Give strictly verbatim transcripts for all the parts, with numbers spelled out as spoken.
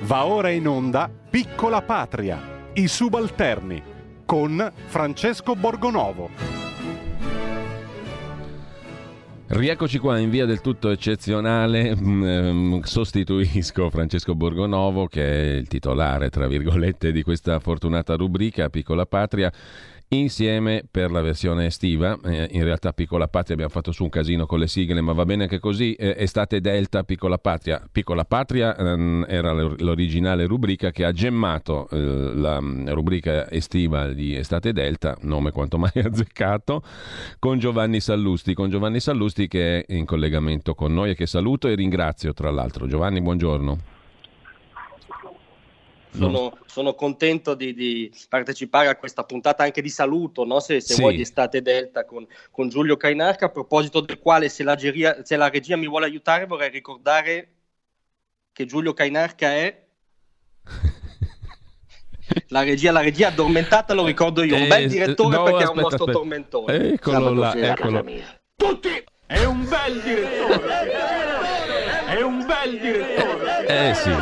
Va ora in onda Piccola Patria, i subalterni, con Francesco Borgonovo. Rieccoci qua in via del tutto eccezionale, sostituisco Francesco Borgonovo, che è il titolare, tra virgolette, di questa fortunata rubrica Piccola Patria, insieme per la versione estiva. Eh, in realtà Piccola Patria abbiamo fatto su un casino con le sigle, ma va bene anche così. Eh, Estate Delta, Piccola Patria. Piccola Patria ehm, era l'originale rubrica che ha gemmato eh, la rubrica estiva di Estate Delta, nome quanto mai azzeccato, con Giovanni Sallusti, con Giovanni Sallusti che è in collegamento con noi e che saluto e ringrazio, tra l'altro. Giovanni, buongiorno. Sono, sono contento di, di partecipare a questa puntata anche di saluto, no? se, se sì. vuoi, di Estate Delta con, con Giulio Cainarca, a proposito del quale, se la, geria, se la regia mi vuole aiutare, vorrei ricordare che Giulio Cainarca è la regia, la regia addormentata, lo ricordo io, un bel direttore, eh, no, perché aspetta, è un nostro aspetta. tormentone. Eccolo là, eccolo. Tutti! È un bel direttore! È un bel direttore! Eh sì.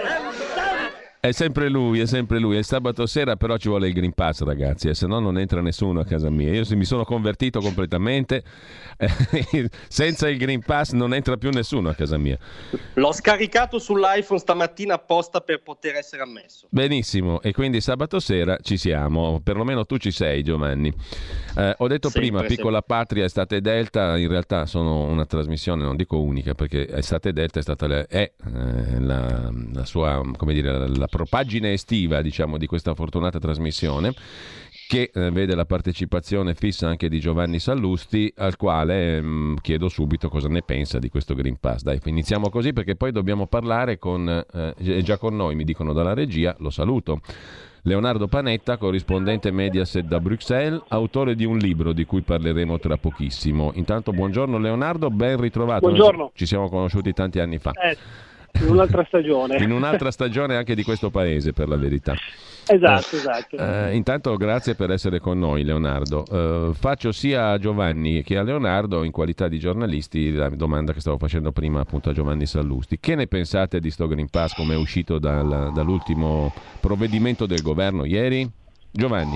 È sempre lui, è sempre lui. È sabato sera, però ci vuole il Green Pass, ragazzi, e se no non entra nessuno a casa mia. Io mi sono convertito completamente, eh, senza il Green Pass non entra più nessuno a casa mia. L'ho scaricato sull'iPhone stamattina apposta per poter essere ammesso. Benissimo, e quindi sabato sera ci siamo, perlomeno tu ci sei, Giovanni. Eh, ho detto sempre, prima, Piccola sempre. Patria, Estate Delta, in realtà sono una trasmissione, non dico unica, perché Estate Delta è stata la, è, eh, la, la sua, come dire, la, la propagine estiva, diciamo, di questa fortunata trasmissione, che eh, vede la partecipazione fissa anche di Giovanni Sallusti, al quale mh, chiedo subito cosa ne pensa di questo Green Pass. Dai, iniziamo così, perché poi dobbiamo parlare con, eh, è già con noi, mi dicono dalla regia, lo saluto, Leonardo Panetta, corrispondente Mediaset da Bruxelles, autore di un libro di cui parleremo tra pochissimo. Intanto buongiorno Leonardo, ben ritrovato. Buongiorno. Noi ci siamo conosciuti tanti anni fa. Eh. In un'altra stagione. In un'altra stagione anche di questo paese, per la verità. Esatto, esatto. Eh, intanto grazie per essere con noi, Leonardo. Eh, faccio sia a Giovanni che a Leonardo, in qualità di giornalisti, la domanda che stavo facendo prima appunto a Giovanni Sallusti. Che ne pensate di sto Green Pass come è uscito dal, dall'ultimo provvedimento del governo ieri? Giovanni.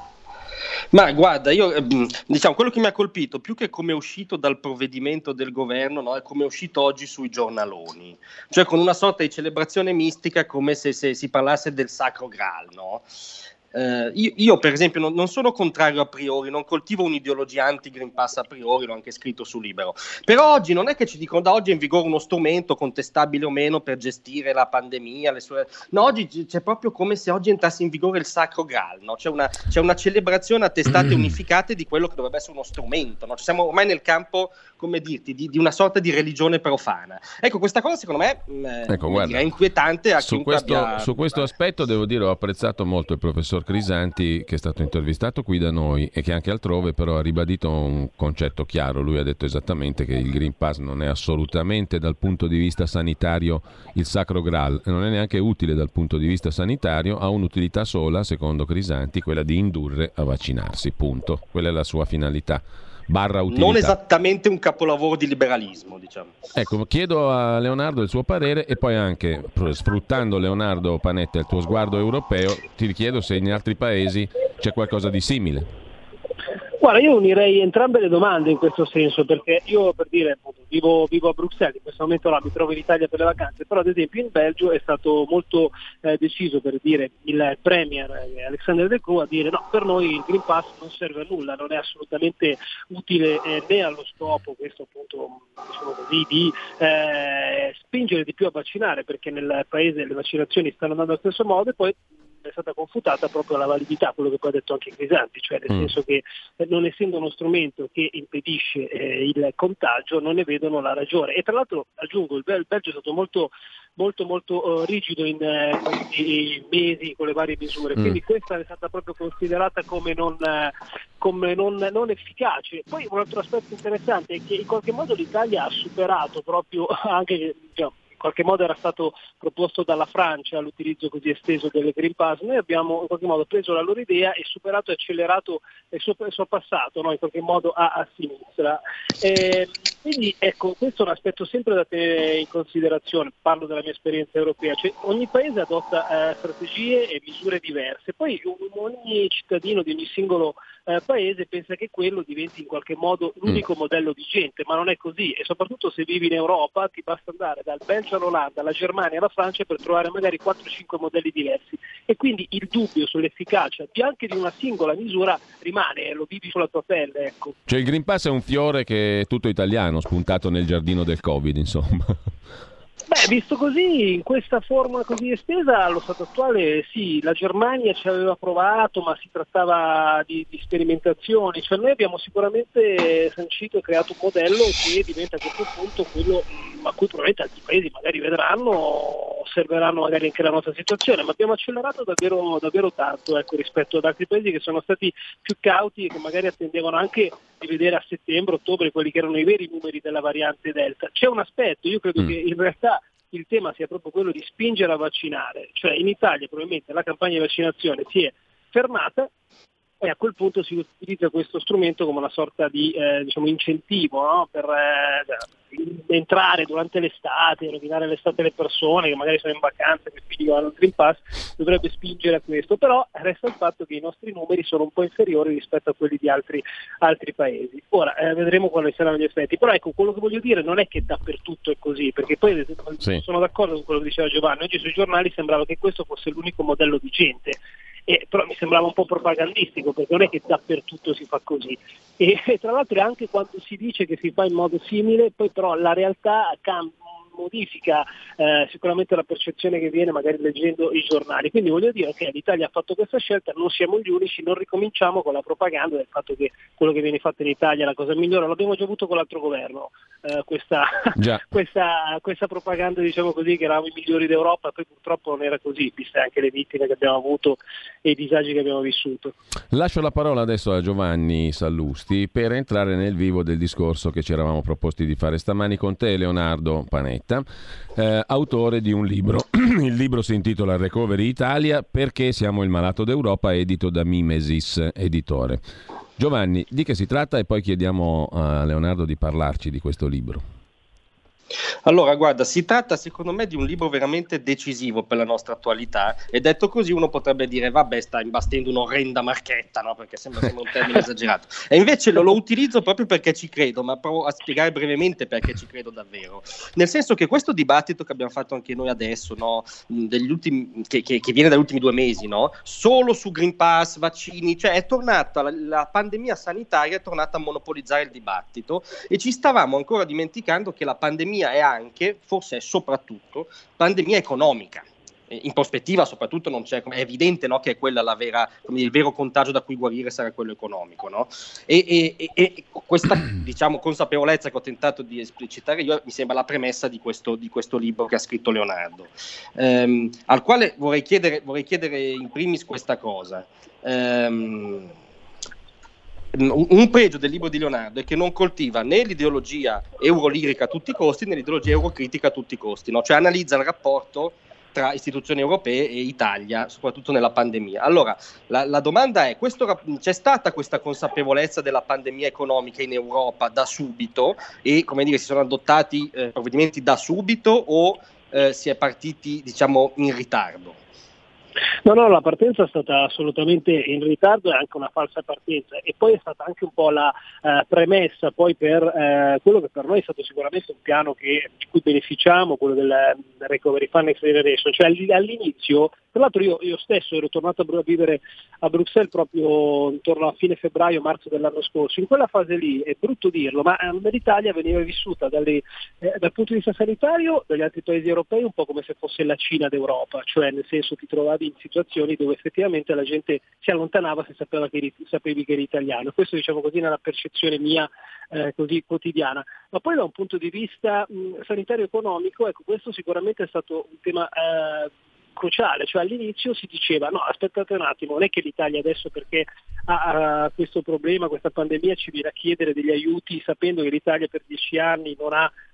Ma guarda, io diciamo quello che mi ha colpito più che come è uscito dal provvedimento del governo, no, è come è uscito oggi sui giornaloni, cioè con una sorta di celebrazione mistica, come se, se si parlasse del Sacro Graal, no? Uh, io, io per esempio non, non sono contrario a priori, non coltivo un'ideologia anti-Green Pass a priori, l'ho anche scritto su Libero, però oggi non è che ci dicono da oggi è in vigore uno strumento contestabile o meno per gestire la pandemia, le sue... no, oggi c'è proprio come se oggi entrasse in vigore il Sacro Graal, no? C'è una, c'è una celebrazione a testate unificate di quello che dovrebbe essere uno strumento, no? Ci siamo ormai nel campo, come dirti, di, di una sorta di religione profana. Ecco, questa cosa secondo me mh, ecco, guarda, è inquietante a su chiunque questo, abbia... su questo aspetto devo dire ho apprezzato molto il professor Crisanti, che è stato intervistato qui da noi e che anche altrove però ha ribadito un concetto chiaro. Lui ha detto esattamente che il Green Pass non è assolutamente dal punto di vista sanitario il Sacro Graal, non è neanche utile dal punto di vista sanitario, ha un'utilità sola, secondo Crisanti, quella di indurre a vaccinarsi, punto. Quella è la sua finalità. Barra utilità. Non esattamente un capolavoro di liberalismo, diciamo. Ecco, chiedo a Leonardo il suo parere e poi anche, sfruttando Leonardo Panetta il tuo sguardo europeo, ti richiedo se in altri paesi c'è qualcosa di simile. Guarda, io unirei entrambe le domande in questo senso, perché io, per dire, appunto, vivo, vivo a Bruxelles, in questo momento là mi trovo in Italia per le vacanze, però ad esempio in Belgio è stato molto eh, deciso, per dire, il premier eh, Alexander De Croo a dire no, per noi il Green Pass non serve a nulla, non è assolutamente utile eh, né allo scopo, questo appunto, diciamo così, di eh, spingere di più a vaccinare, perché nel paese le vaccinazioni stanno andando allo stesso modo, e poi è stata confutata proprio la validità, quello che poi ha detto anche Crisanti, cioè nel mm. senso che eh, non essendo uno strumento che impedisce eh, il contagio, non ne vedono la ragione. E tra l'altro aggiungo, il, Bel- il Belgio è stato molto molto molto uh, rigido in eh, questi mesi con le varie misure, mm. quindi questa è stata proprio considerata come non, eh, come non, non efficace. Poi un altro aspetto interessante è che in qualche modo l'Italia ha superato proprio anche, diciamo, in qualche modo era stato proposto dalla Francia l'utilizzo così esteso delle Green Pass. Noi abbiamo in qualche modo preso la loro idea e superato e accelerato e sorpassato, no? In qualche modo a, a sinistra. E, Quindi ecco, questo è un aspetto sempre da tenere in considerazione, parlo della mia esperienza europea, cioè ogni paese adotta eh, strategie e misure diverse, poi ogni cittadino di ogni singolo eh, paese pensa che quello diventi in qualche modo l'unico mm. modello vigente, ma non è così, e soprattutto se vivi in Europa ti basta andare dal Belgio all'Olanda, alla Germania alla Francia per trovare magari quattro cinque modelli diversi, e quindi il dubbio sull'efficacia di anche di una singola misura rimane, lo vivi sulla tua pelle, ecco. Cioè il Green Pass è un fiore che è tutto italiano, spuntato nel giardino del Covid, insomma. Beh, visto così, in questa forma così estesa, allo stato attuale sì, la Germania ci aveva provato, ma si trattava di, di sperimentazioni, cioè noi abbiamo sicuramente sancito e creato un modello che diventa a questo punto quello a cui probabilmente altri paesi magari vedranno, osserveranno magari anche la nostra situazione, ma abbiamo accelerato davvero, davvero tanto, ecco, rispetto ad altri paesi che sono stati più cauti e che magari attendevano anche di vedere a settembre, ottobre quelli che erano i veri numeri della variante Delta. C'è un aspetto, io credo mm. che in realtà il tema sia proprio quello di spingere a vaccinare, cioè in Italia probabilmente la campagna di vaccinazione si è fermata e a quel punto si utilizza questo strumento come una sorta di eh, diciamo incentivo, no? per eh, entrare durante l'estate, rovinare l'estate alle persone che magari sono in vacanza, che quindi vanno al Green Pass, dovrebbe spingere a questo, però resta il fatto che i nostri numeri sono un po' inferiori rispetto a quelli di altri, altri paesi. Ora eh, vedremo quali saranno gli effetti, però ecco, quello che voglio dire non è che dappertutto è così, perché poi sì. sono d'accordo con quello che diceva Giovanni, oggi sui giornali sembrava che questo fosse l'unico modello vigente. Eh, però mi sembrava un po' propagandistico, perché non è che dappertutto si fa così, e, e tra l'altro anche quando si dice che si fa in modo simile, poi però la realtà cambia, modifica eh, sicuramente la percezione che viene magari leggendo i giornali. Quindi voglio dire che l'Italia ha fatto questa scelta, non siamo gli unici, non ricominciamo con la propaganda del fatto che quello che viene fatto in Italia è la cosa migliore, l'abbiamo già avuto con l'altro governo, eh, questa, questa, questa propaganda, diciamo così, che eravamo i migliori d'Europa, poi purtroppo non era così, viste anche le vittime che abbiamo avuto e i disagi che abbiamo vissuto. Lascio la parola adesso a Giovanni Sallusti per entrare nel vivo del discorso che ci eravamo proposti di fare stamani con te, Leonardo Panetta. Eh, autore di un libro. Il libro si intitola Recovery Italia, perché siamo il malato d'Europa, edito da Mimesis Editore. Giovanni, di che si tratta e poi chiediamo a Leonardo di parlarci di questo libro. Allora, guarda, si tratta secondo me di un libro veramente decisivo per la nostra attualità, e detto così uno potrebbe dire vabbè, sta imbastendo un'orrenda marchetta, no? Perché sembra, sembra un termine esagerato, e invece lo, lo utilizzo proprio perché ci credo, ma provo a spiegare brevemente perché ci credo davvero, nel senso che questo dibattito che abbiamo fatto anche noi adesso, no? Degli ultimi, che, che, che viene dagli ultimi due mesi, no? Solo su Green Pass, vaccini, cioè è tornata la, la pandemia sanitaria è tornata a monopolizzare il dibattito, e ci stavamo ancora dimenticando che la pandemia è anche, forse è soprattutto, pandemia economica. In prospettiva soprattutto non c'è, è evidente, no, che è quella la vera, come dire, il vero contagio da cui guarire sarà quello economico, no? E, e, e questa, diciamo, consapevolezza che ho tentato di esplicitare io mi sembra la premessa di questo, di questo libro che ha scritto Leonardo, ehm, al quale vorrei chiedere, vorrei chiedere in primis questa cosa. Ehm, Un pregio del libro di Leonardo è che non coltiva né l'ideologia eurolirica a tutti i costi né l'ideologia eurocritica a tutti i costi, no? Cioè analizza il rapporto tra istituzioni europee e Italia, soprattutto nella pandemia. Allora, la, la domanda è, questo, c'è stata questa consapevolezza della pandemia economica in Europa da subito e, come dire, si sono adottati eh, provvedimenti da subito o eh, si è partiti, diciamo, in ritardo? No, no, la partenza è stata assolutamente in ritardo, è anche una falsa partenza, e poi è stata anche un po' la eh, premessa poi per eh, quello che per noi è stato sicuramente un piano che, di cui beneficiamo, quello del, del Recovery Fund Next Generation. Cioè all'inizio, tra l'altro io, io stesso ero tornato a vivere a Bruxelles proprio intorno a fine febbraio, marzo dell'anno scorso. In quella fase lì, è brutto dirlo, ma l'Italia veniva vissuta dalle, eh, dal punto di vista sanitario dagli altri paesi europei un po' come se fosse la Cina d'Europa, cioè nel senso ti trovavi in situazioni dove effettivamente la gente si allontanava se sapeva che eri, sapevi che eri italiano. Questo, diciamo così, nella percezione mia eh, così quotidiana. Ma poi da un punto di vista mh, sanitario economico, ecco, questo sicuramente è stato un tema eh, cruciale, cioè all'inizio si diceva no, aspettate un attimo, non è che l'Italia adesso perché ha, ha questo problema, questa pandemia ci viene a chiedere degli aiuti sapendo che l'Italia per dieci anni non ha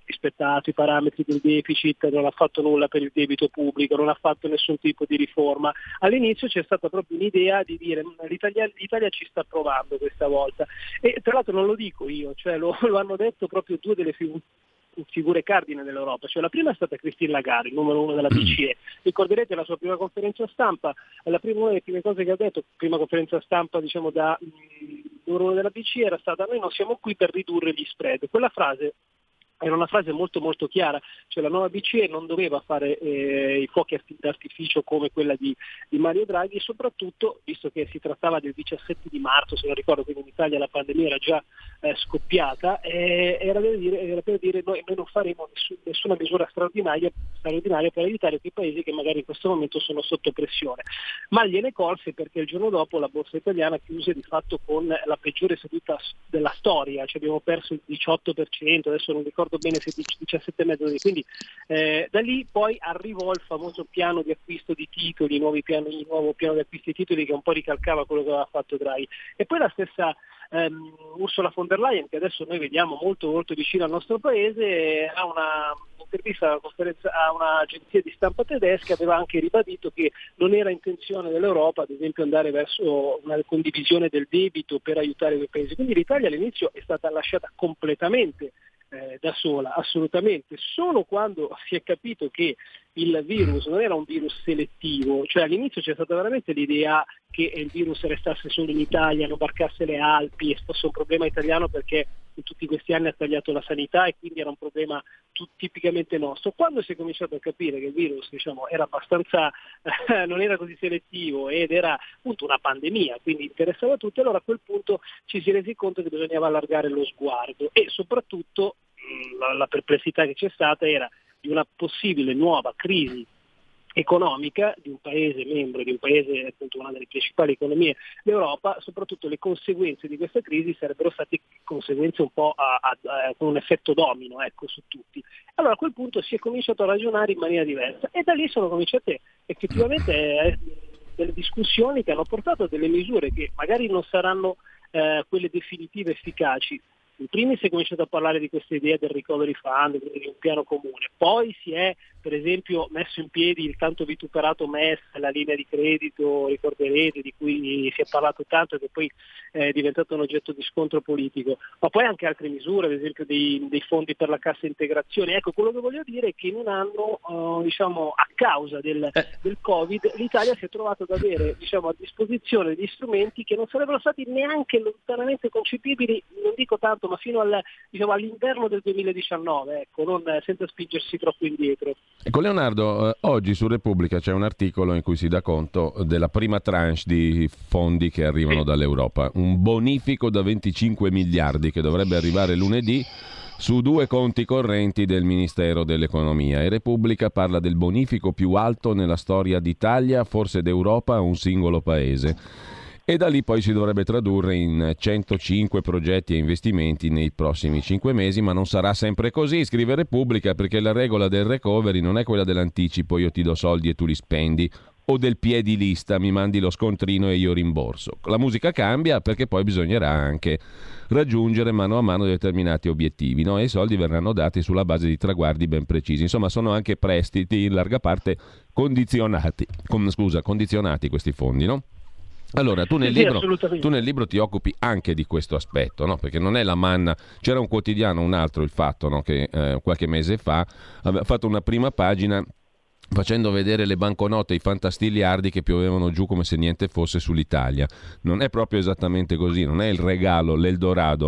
rispettato i parametri del deficit, non ha fatto nulla per il debito pubblico, non ha fatto nessun tipo di riforma. All'inizio c'è stata proprio un'idea di dire l'Italia, l'Italia ci sta provando questa volta, e tra l'altro non lo dico io, cioè lo, lo hanno detto proprio due delle figure figure cardine dell'Europa, cioè la prima è stata Christine Lagarde, il numero uno della B C E. Ricorderete la sua prima conferenza stampa, la prima, una delle prime cose che ha detto, prima conferenza stampa diciamo da mh, numero uno della B C E era stata: noi non siamo qui per ridurre gli spread. Quella frase era una frase molto molto chiara, cioè la nuova B C E non doveva fare eh, i fuochi d'artificio come quella di, di Mario Draghi, e soprattutto, visto che si trattava del diciassette di marzo, se non ricordo, quindi in Italia la pandemia era già eh, scoppiata, eh, era, per dire, era per dire noi, noi non faremo nessun, nessuna misura straordinaria, straordinaria per aiutare quei paesi che magari in questo momento sono sotto pressione. Ma gliene colse, perché il giorno dopo la borsa italiana chiuse di fatto con la peggiore seduta della storia, cioè abbiamo perso il diciotto per cento, adesso non ricordo bene se diciassette virgola cinque, quindi eh, da lì poi arrivò il famoso piano di acquisto di titoli, nuovi piani, il nuovo piano di acquisto di titoli che un po' ricalcava quello che aveva fatto Draghi, e poi la stessa ehm, Ursula von der Leyen, che adesso noi vediamo molto molto vicino al nostro paese, ha una intervista a una conferenza a un'agenzia di stampa tedesca, aveva anche ribadito che non era intenzione dell'Europa ad esempio andare verso una condivisione del debito per aiutare quei paesi, quindi l'Italia all'inizio è stata lasciata completamente Eh, da sola, assolutamente. Solo quando si è capito che il virus non era un virus selettivo, cioè all'inizio c'è stata veramente l'idea che il virus restasse solo in Italia, non varcasse le Alpi e fosse un problema italiano perché in tutti questi anni ha tagliato la sanità e quindi era un problema tipicamente nostro. Quando si è cominciato a capire che il virus diciamo era abbastanza eh, non era così selettivo ed era appunto una pandemia, quindi interessava a tutti, allora a quel punto ci si è resi conto che bisognava allargare lo sguardo e soprattutto mh, la, la perplessità che c'è stata era di una possibile nuova crisi economica di un paese membro, di un paese appunto una delle principali economie d'Europa, soprattutto le conseguenze di questa crisi sarebbero state conseguenze un po' a, a, a, con un effetto domino, ecco, su tutti. Allora a quel punto si è cominciato a ragionare in maniera diversa e da lì sono cominciate effettivamente eh, delle discussioni che hanno portato a delle misure che magari non saranno eh, quelle definitive efficaci. In primis si è cominciato a parlare di questa idea del recovery fund, di un piano comune, poi si è per esempio messo in piedi il tanto vituperato M E S, la linea di credito, ricorderete, di cui si è parlato tanto e che poi è diventato un oggetto di scontro politico, ma poi anche altre misure, ad esempio dei, dei fondi per la cassa integrazione. Ecco, quello che voglio dire è che in un anno, uh, diciamo, a causa del, del Covid, l'Italia si è trovata ad avere diciamo, a disposizione degli strumenti che non sarebbero stati neanche lontanamente concepibili, non dico tanto, ma fino al, diciamo, all'interno del duemiladiciannove, ecco, non, senza spingersi troppo indietro. Ecco Leonardo, eh, oggi su Repubblica c'è un articolo in cui si dà conto della prima tranche di fondi che arrivano sì. dall'Europa, un bonifico da venticinque miliardi che dovrebbe arrivare lunedì su due conti correnti del Ministero dell'Economia, e Repubblica parla del bonifico più alto nella storia d'Italia, forse d'Europa, a un singolo paese. E da lì poi si dovrebbe tradurre in centocinque progetti e investimenti nei prossimi cinque mesi, ma non sarà sempre così, scrive Repubblica, perché la regola del recovery non è quella dell'anticipo, io ti do soldi e tu li spendi, o del piedi lista, mi mandi lo scontrino e io rimborso. La musica cambia perché poi bisognerà anche raggiungere mano a mano determinati obiettivi, no? E i soldi verranno dati sulla base di traguardi ben precisi. Insomma, sono anche prestiti in larga parte condizionati, con, scusa, condizionati questi fondi, no? Allora, tu nel, sì, libro, tu nel libro ti occupi anche di questo aspetto, no? Perché non è la manna. C'era un quotidiano, un altro, Il Fatto, no? Che eh, qualche mese fa aveva fatto una prima pagina facendo vedere le banconote, i fantastiliardi che piovevano giù come se niente fosse sull'Italia. Non è proprio esattamente così, non è il regalo, l'Eldorado.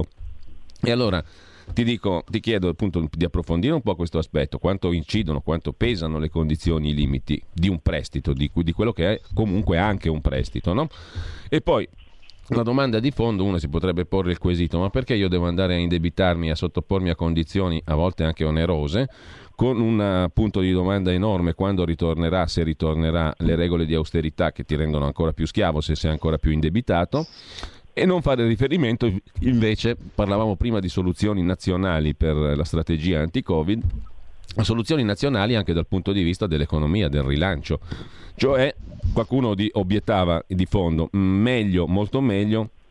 E allora ti dico, ti chiedo appunto di approfondire un po' questo aspetto, quanto incidono, quanto pesano le condizioni, i limiti di un prestito, di, di quello che è comunque anche un prestito, no? E poi la domanda di fondo, uno si potrebbe porre il quesito: ma perché io devo andare a indebitarmi, a sottopormi a condizioni a volte anche onerose, con un punto di domanda enorme quando ritornerà, se ritornerà, le regole di austerità che ti rendono ancora più schiavo se sei ancora più indebitato? E non fare riferimento invece, parlavamo prima di soluzioni nazionali per la strategia anti-Covid, a soluzioni nazionali anche dal punto di vista dell'economia, del rilancio. Cioè, qualcuno di, obiettava di fondo, meglio, molto meglio,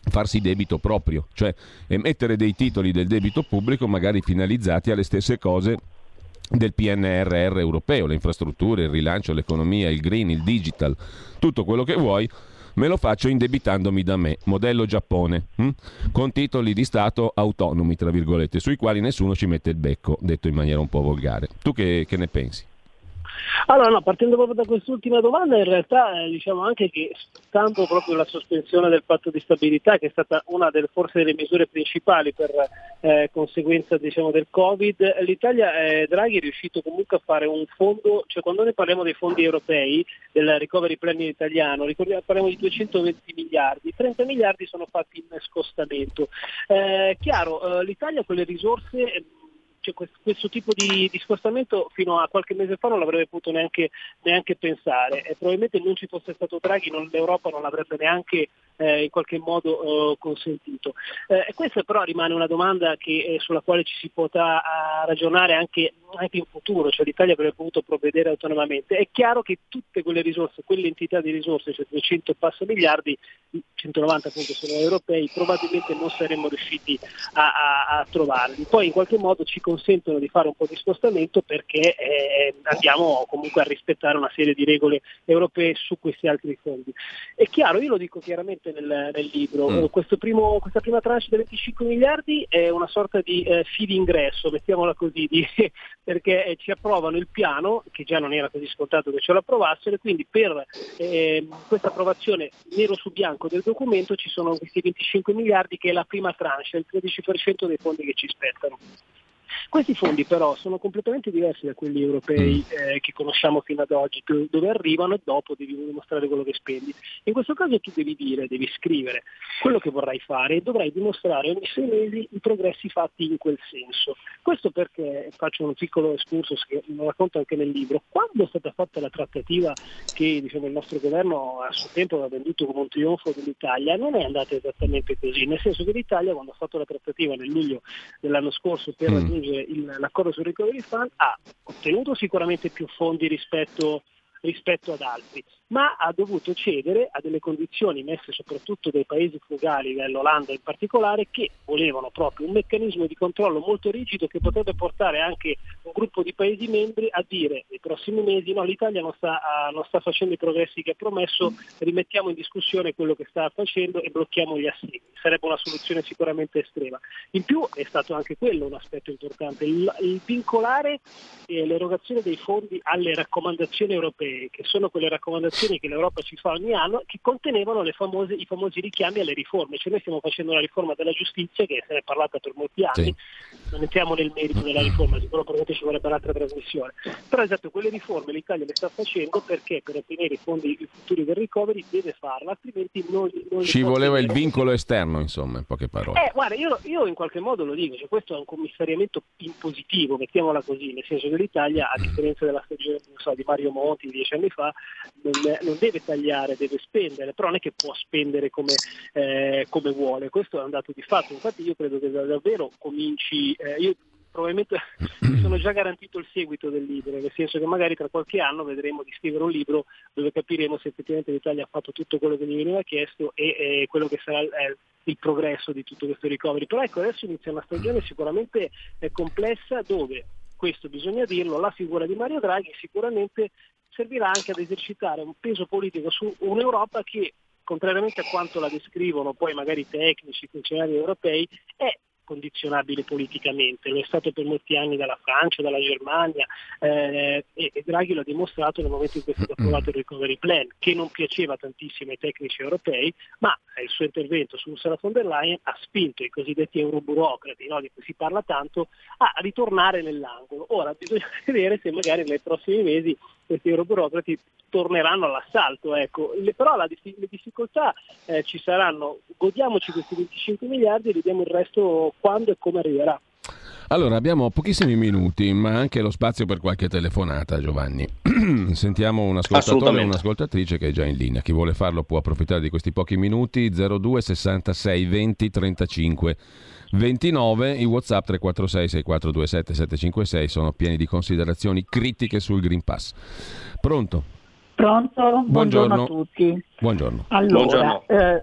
farsi debito proprio, cioè emettere dei titoli del debito pubblico magari finalizzati alle stesse cose del P N R R europeo, le infrastrutture, il rilancio, l'economia, il green, il digital, tutto quello che vuoi, me lo faccio indebitandomi da me, modello Giappone, hm? con titoli di Stato autonomi, tra virgolette, sui quali nessuno ci mette il becco, detto in maniera un po' volgare. Tu che, che ne pensi? Allora, no, partendo proprio da quest'ultima domanda, in realtà eh, diciamo anche che stando proprio la sospensione del patto di stabilità, che è stata una delle forse delle misure principali per eh, conseguenza diciamo del Covid, l'Italia, eh, Draghi è riuscito comunque a fare un fondo, cioè quando noi parliamo dei fondi europei, del recovery plan italiano, ricordiamo, parliamo di duecentoventi miliardi, trenta miliardi sono fatti in scostamento. Eh, chiaro, eh, l'Italia quelle risorse... Cioè, questo, questo tipo di, di scostamento fino a qualche mese fa non l'avrebbe potuto neanche, neanche pensare e probabilmente non ci fosse stato Draghi, non, l'Europa non l'avrebbe neanche eh, in qualche modo eh, consentito. Eh, e questa però rimane una domanda che, eh, sulla quale ci si potrà ragionare anche, anche in futuro, cioè l'Italia avrebbe potuto provvedere autonomamente. È chiaro che tutte quelle risorse, quell'entità di risorse, cioè duecento e passa miliardi, centonovanta appunto sono europei, probabilmente non saremmo riusciti a, a, a trovarli. Poi in qualche modo ci consentono di fare un po' di spostamento perché eh, andiamo comunque a rispettare una serie di regole europee su questi altri fondi. È chiaro, io lo dico chiaramente nel, nel libro, mm. questo primo, questa prima tranche di venticinque miliardi è una sorta di eh, fee d'ingresso, mettiamola così, di, perché eh, ci approvano il piano, che già non era così scontato che ce lo approvassero, e quindi per eh, questa approvazione nero su bianco del documento ci sono questi venticinque miliardi che è la prima tranche, il tredici per cento dei fondi che ci spettano. Questi fondi però sono completamente diversi da quelli europei eh, che conosciamo fino ad oggi, dove arrivano e dopo devi dimostrare quello che spendi. In questo caso tu devi dire, devi scrivere quello che vorrai fare e dovrai dimostrare ogni sei mesi i progressi fatti in quel senso. Questo perché, faccio un piccolo excursus che lo racconto anche nel libro, quando è stata fatta la trattativa che diciamo, il nostro governo a suo tempo aveva venduto come un trionfo dell'Italia, non è andata esattamente così, nel senso che l'Italia quando ha fatto la trattativa nel luglio dell'anno scorso per mm. raggiungere Il, l'accordo sul recovery fund ha ottenuto sicuramente più fondi rispetto, rispetto ad altri, ma ha dovuto cedere a delle condizioni messe soprattutto dai paesi frugali, dall'Olanda in particolare, che volevano proprio un meccanismo di controllo molto rigido che potrebbe portare anche un gruppo di paesi membri a dire nei prossimi mesi no, l'Italia non sta, uh, non sta facendo i progressi che ha promesso, rimettiamo in discussione quello che sta facendo e blocchiamo gli assegni. Sarebbe una soluzione sicuramente estrema. In più è stato anche quello un aspetto importante, il, il vincolare eh, l'erogazione dei fondi alle raccomandazioni europee, che sono quelle raccomandazioni che l'Europa ci fa ogni anno, che contenevano le famose, i famosi richiami alle riforme. Cioè noi stiamo facendo una riforma della giustizia che se ne è parlata per molti anni, sì. Non entriamo nel merito della riforma, sicuro probabilmente ci vorrebbe un'altra trasmissione, però esatto, quelle riforme l'Italia le sta facendo perché per ottenere i fondi i futuri del recovery deve farlo, altrimenti non, non ci voleva il vincolo esterno, insomma, in poche parole. Eh, guarda, io, io in qualche modo lo dico, cioè questo è un commissariamento impositivo, mettiamola così, nel senso che l'Italia, a differenza della stagione non so, di Mario Monti dieci anni fa, non, non deve tagliare, deve spendere, però non è che può spendere come, eh, come vuole, questo è un dato di fatto. Infatti io credo che davvero cominci, eh, io probabilmente mi sono già garantito il seguito del libro, nel senso che magari tra qualche anno vedremo di scrivere un libro dove capiremo se effettivamente l'Italia ha fatto tutto quello che gli veniva chiesto e, e quello che sarà eh, il progresso di tutto questo recovery. Però ecco, adesso inizia una stagione sicuramente eh, complessa dove, questo bisogna dirlo, la figura di Mario Draghi sicuramente servirà anche ad esercitare un peso politico su un'Europa che, contrariamente a quanto la descrivono poi magari i tecnici, i funzionari europei, è condizionabile politicamente, lo è stato per molti anni dalla Francia, dalla Germania eh, e, e Draghi l'ha dimostrato nel momento in cui è stato approvato il recovery plan, che non piaceva tantissimo ai tecnici europei, ma il suo intervento su Ursula von der Leyen ha spinto i cosiddetti euroburocrati, no, di cui si parla tanto, a ritornare nell'angolo. Ora bisogna vedere se magari nei prossimi mesi questi euroburocrati torneranno all'assalto, ecco. Le, però la, le difficoltà eh, ci saranno, godiamoci questi venticinque miliardi e vediamo il resto quando e come arriverà. Allora, abbiamo pochissimi minuti, ma anche lo spazio per qualche telefonata, Giovanni. Sentiamo un ascoltatore o un'ascoltatrice che è già in linea. Chi vuole farlo può approfittare di questi pochi minuti. zero due sessantasei venti trentacinque ventinove, i WhatsApp tre quattro sei sei quattro due sette sette cinque sei sono pieni di considerazioni critiche sul Green Pass. Pronto? Pronto? Buongiorno, Buongiorno a tutti. Buongiorno. Allora, Buongiorno. Eh,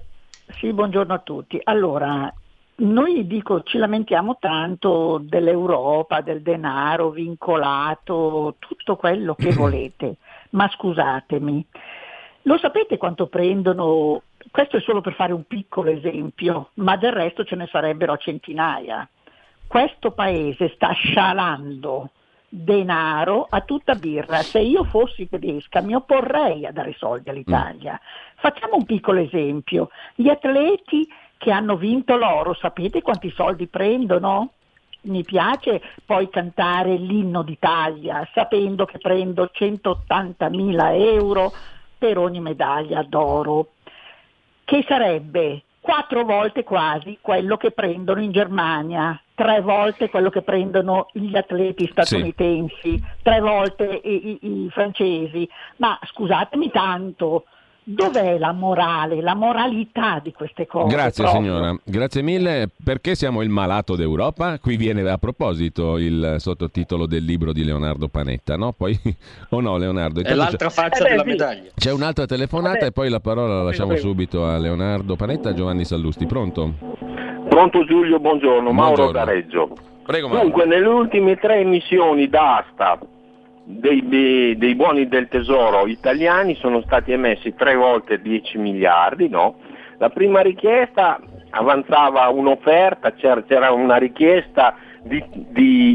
Sì, buongiorno a tutti. Allora, noi dico ci lamentiamo tanto dell'Europa, del denaro vincolato, tutto quello che volete, ma scusatemi, lo sapete quanto prendono? Questo è solo per fare un piccolo esempio, ma del resto ce ne sarebbero a centinaia. Questo paese sta scialando denaro a tutta birra. Se io fossi tedesca mi opporrei a dare soldi all'Italia. Facciamo un piccolo esempio. Gli atleti che hanno vinto l'oro, sapete quanti soldi prendono? Mi piace poi cantare l'inno d'Italia sapendo che prendo centottantamila euro per ogni medaglia d'oro, che sarebbe quattro volte quasi quello che prendono in Germania, tre volte quello che prendono gli atleti statunitensi, sì. tre volte i, i, i francesi. Ma scusatemi tanto, dov'è la morale, la moralità di queste cose? Grazie proprio? signora, grazie mille. Perché siamo il malato d'Europa? Qui viene a proposito il sottotitolo del libro di Leonardo Panetta, no? Poi o no Leonardo? È l'altra faccia eh beh, della sì. medaglia. C'è un'altra telefonata Vabbè. e poi la parola la lasciamo Prego, prego. subito a Leonardo Panetta. Giovanni Sallusti, pronto? Pronto Giulio, buongiorno, Mauro Buongiorno. da Reggio. Prego Mauro. Dunque, nelle ultime tre emissioni d'asta dei, dei, dei buoni del tesoro italiani sono stati emessi tre volte dieci miliardi, no? La prima richiesta avanzava un'offerta, c'era, c'era una richiesta di, di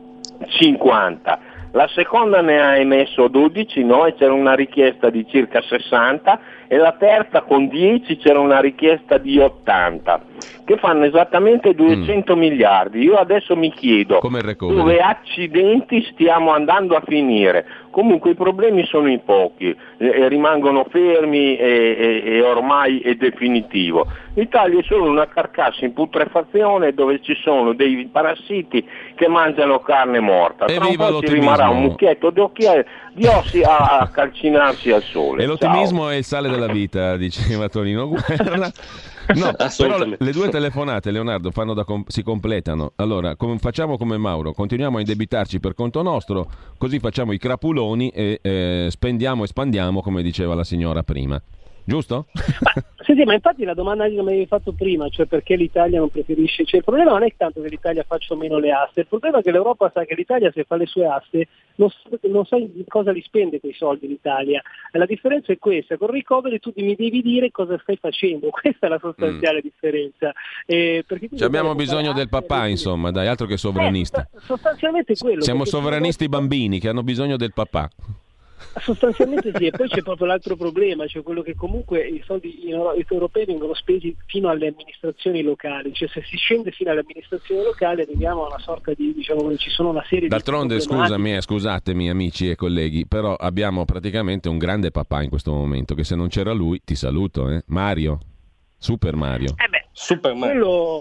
cinquanta, la seconda ne ha emesso dodici, no? E c'era una richiesta di circa sessanta, e la terza con dieci c'era una richiesta di ottanta, che fanno esattamente duecento mm. miliardi. Io adesso mi chiedo Come il recovery. dove accidenti stiamo andando a finire. Comunque i problemi sono in pochi, eh, rimangono fermi e, e, e ormai è definitivo. L'Italia è solo una carcassa in putrefazione dove ci sono dei parassiti che mangiano carne morta. Tra un po' ci rimarrà un mucchietto di, occhi- di ossi a, a calcinarsi al sole. E l'ottimismo Ciao. è il sale della vita, diceva Tonino Guerra. No, però le due telefonate, Leonardo, fanno da com- si completano. Allora, com- facciamo come Mauro, continuiamo a indebitarci per conto nostro, così facciamo i crapuloni e eh, spendiamo e spandiamo, come diceva la signora prima. Giusto? Ma, sì, sì, ma infatti la domanda che mi avevi fatto prima, cioè perché l'Italia non preferisce, cioè il problema non è tanto che l'Italia faccia o meno le aste, il problema è che l'Europa sa che l'Italia se fa le sue aste non, non sa in cosa li spende quei soldi l'Italia, e la differenza è questa: con il recovery tu mi devi dire cosa stai facendo, questa è la sostanziale mm. differenza. Eh, perché Ci abbiamo bisogno del papà, aste, insomma, dai, altro che sovranista. Eh, sostanzialmente quello. Siamo sovranisti bambini che hanno bisogno del papà. Sostanzialmente sì, e poi c'è proprio l'altro problema, cioè quello che comunque i soldi europei vengono spesi fino alle amministrazioni locali, cioè se si scende fino alle amministrazioni locali arriviamo a una sorta di, diciamo, ci sono una serie D'altronde, di scusami, eh, scusatemi amici e colleghi, però abbiamo praticamente un grande papà in questo momento, che se non c'era lui, ti saluto, eh? Mario, Super Mario. Eh beh, Super Mario. Quello...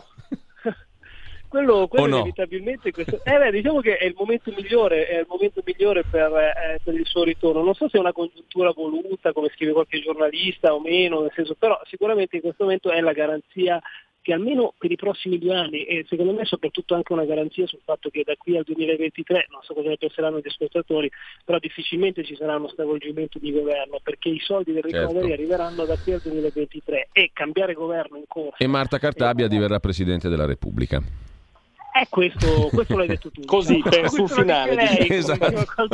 Quello, quello no? inevitabilmente questo, eh beh, diciamo che è il momento migliore, è il momento migliore per, eh, per il suo ritorno. Non so se è una congiuntura voluta, come scrive qualche giornalista o meno, nel senso, però sicuramente in questo momento è la garanzia che almeno per i prossimi due anni, e secondo me soprattutto anche una garanzia sul fatto che da qui al duemilaventitré, non so cosa ne penseranno gli ascoltatori, però difficilmente ci sarà uno stravolgimento di governo, perché i soldi del recovery certo. arriveranno da qui al duemilaventitré e cambiare governo in corso. E Marta Cartabia e... diverrà Presidente della Repubblica. Eh, questo, questo l'hai detto tu. Così, no? per sul finale. Lei, esatto.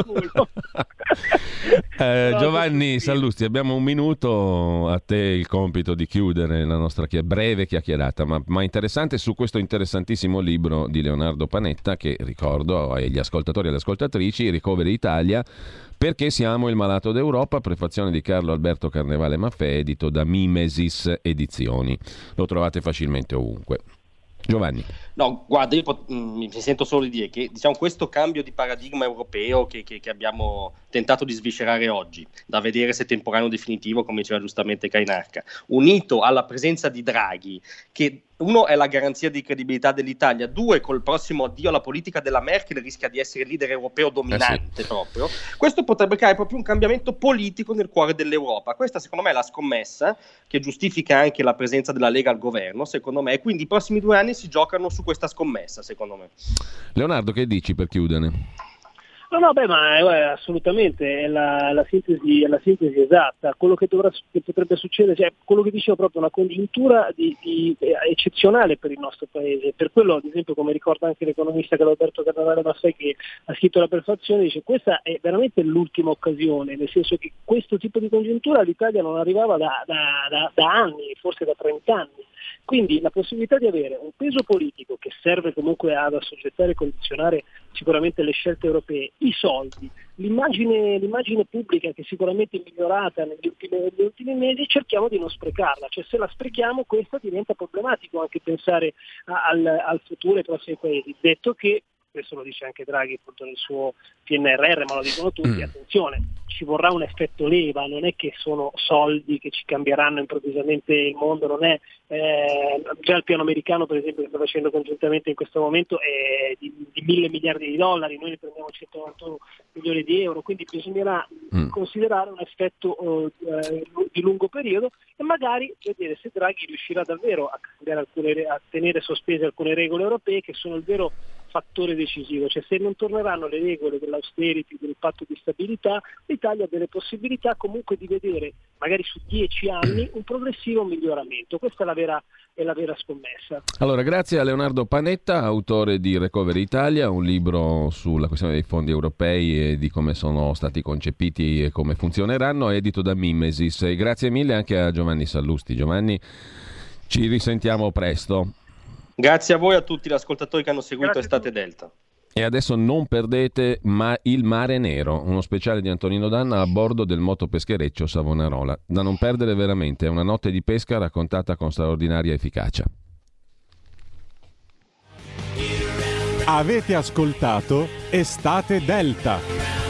eh, Giovanni Sallusti, abbiamo un minuto, a te il compito di chiudere la nostra chia- breve chiacchierata, ma, ma interessante, su questo interessantissimo libro di Leonardo Panetta, che ricordo agli ascoltatori e alle ascoltatrici, Recovery Italia, perché siamo il malato d'Europa, prefazione di Carlo Alberto Carnevale Maffè, edito da Mimesis Edizioni. Lo trovate facilmente ovunque. Giovanni. No, guarda, io pot- mi sento solo di dire che diciamo questo cambio di paradigma europeo che, che, che abbiamo tentato di sviscerare oggi, da vedere se temporaneo o definitivo, come diceva giustamente Cainarca, unito alla presenza di Draghi, che uno è la garanzia di credibilità dell'Italia, due col prossimo addio alla politica della Merkel rischia di essere il leader europeo dominante eh sì. proprio, questo potrebbe creare proprio un cambiamento politico nel cuore dell'Europa. Questa secondo me è la scommessa che giustifica anche la presenza della Lega al governo, secondo me, e quindi i prossimi due anni si giocano su questa scommessa, secondo me. Leonardo, che dici per chiudere? No, no, beh, ma eh, assolutamente è la, la, sintesi, è la sintesi esatta. Quello che, dovrà, che potrebbe succedere, cioè quello che dicevo, proprio una congiuntura di, di, eh, eccezionale per il nostro paese. Per quello, ad esempio, come ricorda anche l'economista Carlo-Alberto Carnevale Maffei, che ha scritto la prefazione, dice questa è veramente l'ultima occasione, nel senso che questo tipo di congiuntura all'Italia non arrivava da, da, da, da anni, forse da trent'anni. Quindi la possibilità di avere un peso politico che serve comunque ad assoggettare e condizionare sicuramente le scelte europee, i soldi, l'immagine, l'immagine pubblica che sicuramente è migliorata negli ultimi, negli ultimi mesi, cerchiamo di non sprecarla, cioè se la sprechiamo questa diventa problematico anche pensare a, al, al futuro ai prossimi paesi, detto che, questo lo dice anche Draghi appunto nel suo P N R R, ma lo dicono tutti, mm. attenzione, ci vorrà un effetto leva, non è che sono soldi che ci cambieranno improvvisamente il mondo, non è eh, già il piano americano per esempio che sta facendo congiuntamente in questo momento è di, di mille miliardi di dollari, noi ne prendiamo centonovantadue milioni di euro, quindi bisognerà mm. considerare un effetto eh, di lungo periodo e magari vedere se Draghi riuscirà davvero a, alcune, a tenere sospese alcune regole europee che sono il vero fattore decisivo, cioè se non torneranno le regole dell'austerity, del patto di stabilità, l'Italia ha delle possibilità comunque di vedere magari su dieci anni un progressivo miglioramento. Questa è la vera, è la vera scommessa. Allora, grazie a Leonardo Panetta, autore di Recovery Italia, un libro sulla questione dei fondi europei e di come sono stati concepiti e come funzioneranno, edito da Mimesis. E grazie mille anche a Giovanni Sallusti. Giovanni, ci risentiamo presto. Grazie a voi e a tutti gli ascoltatori che hanno seguito Grazie Estate Delta. E adesso non perdete ma Il Mare Nero, uno speciale di Antonino Danna a bordo del motopeschereccio Savonarola. Da non perdere veramente, è una notte di pesca raccontata con straordinaria efficacia. Avete ascoltato Estate Delta.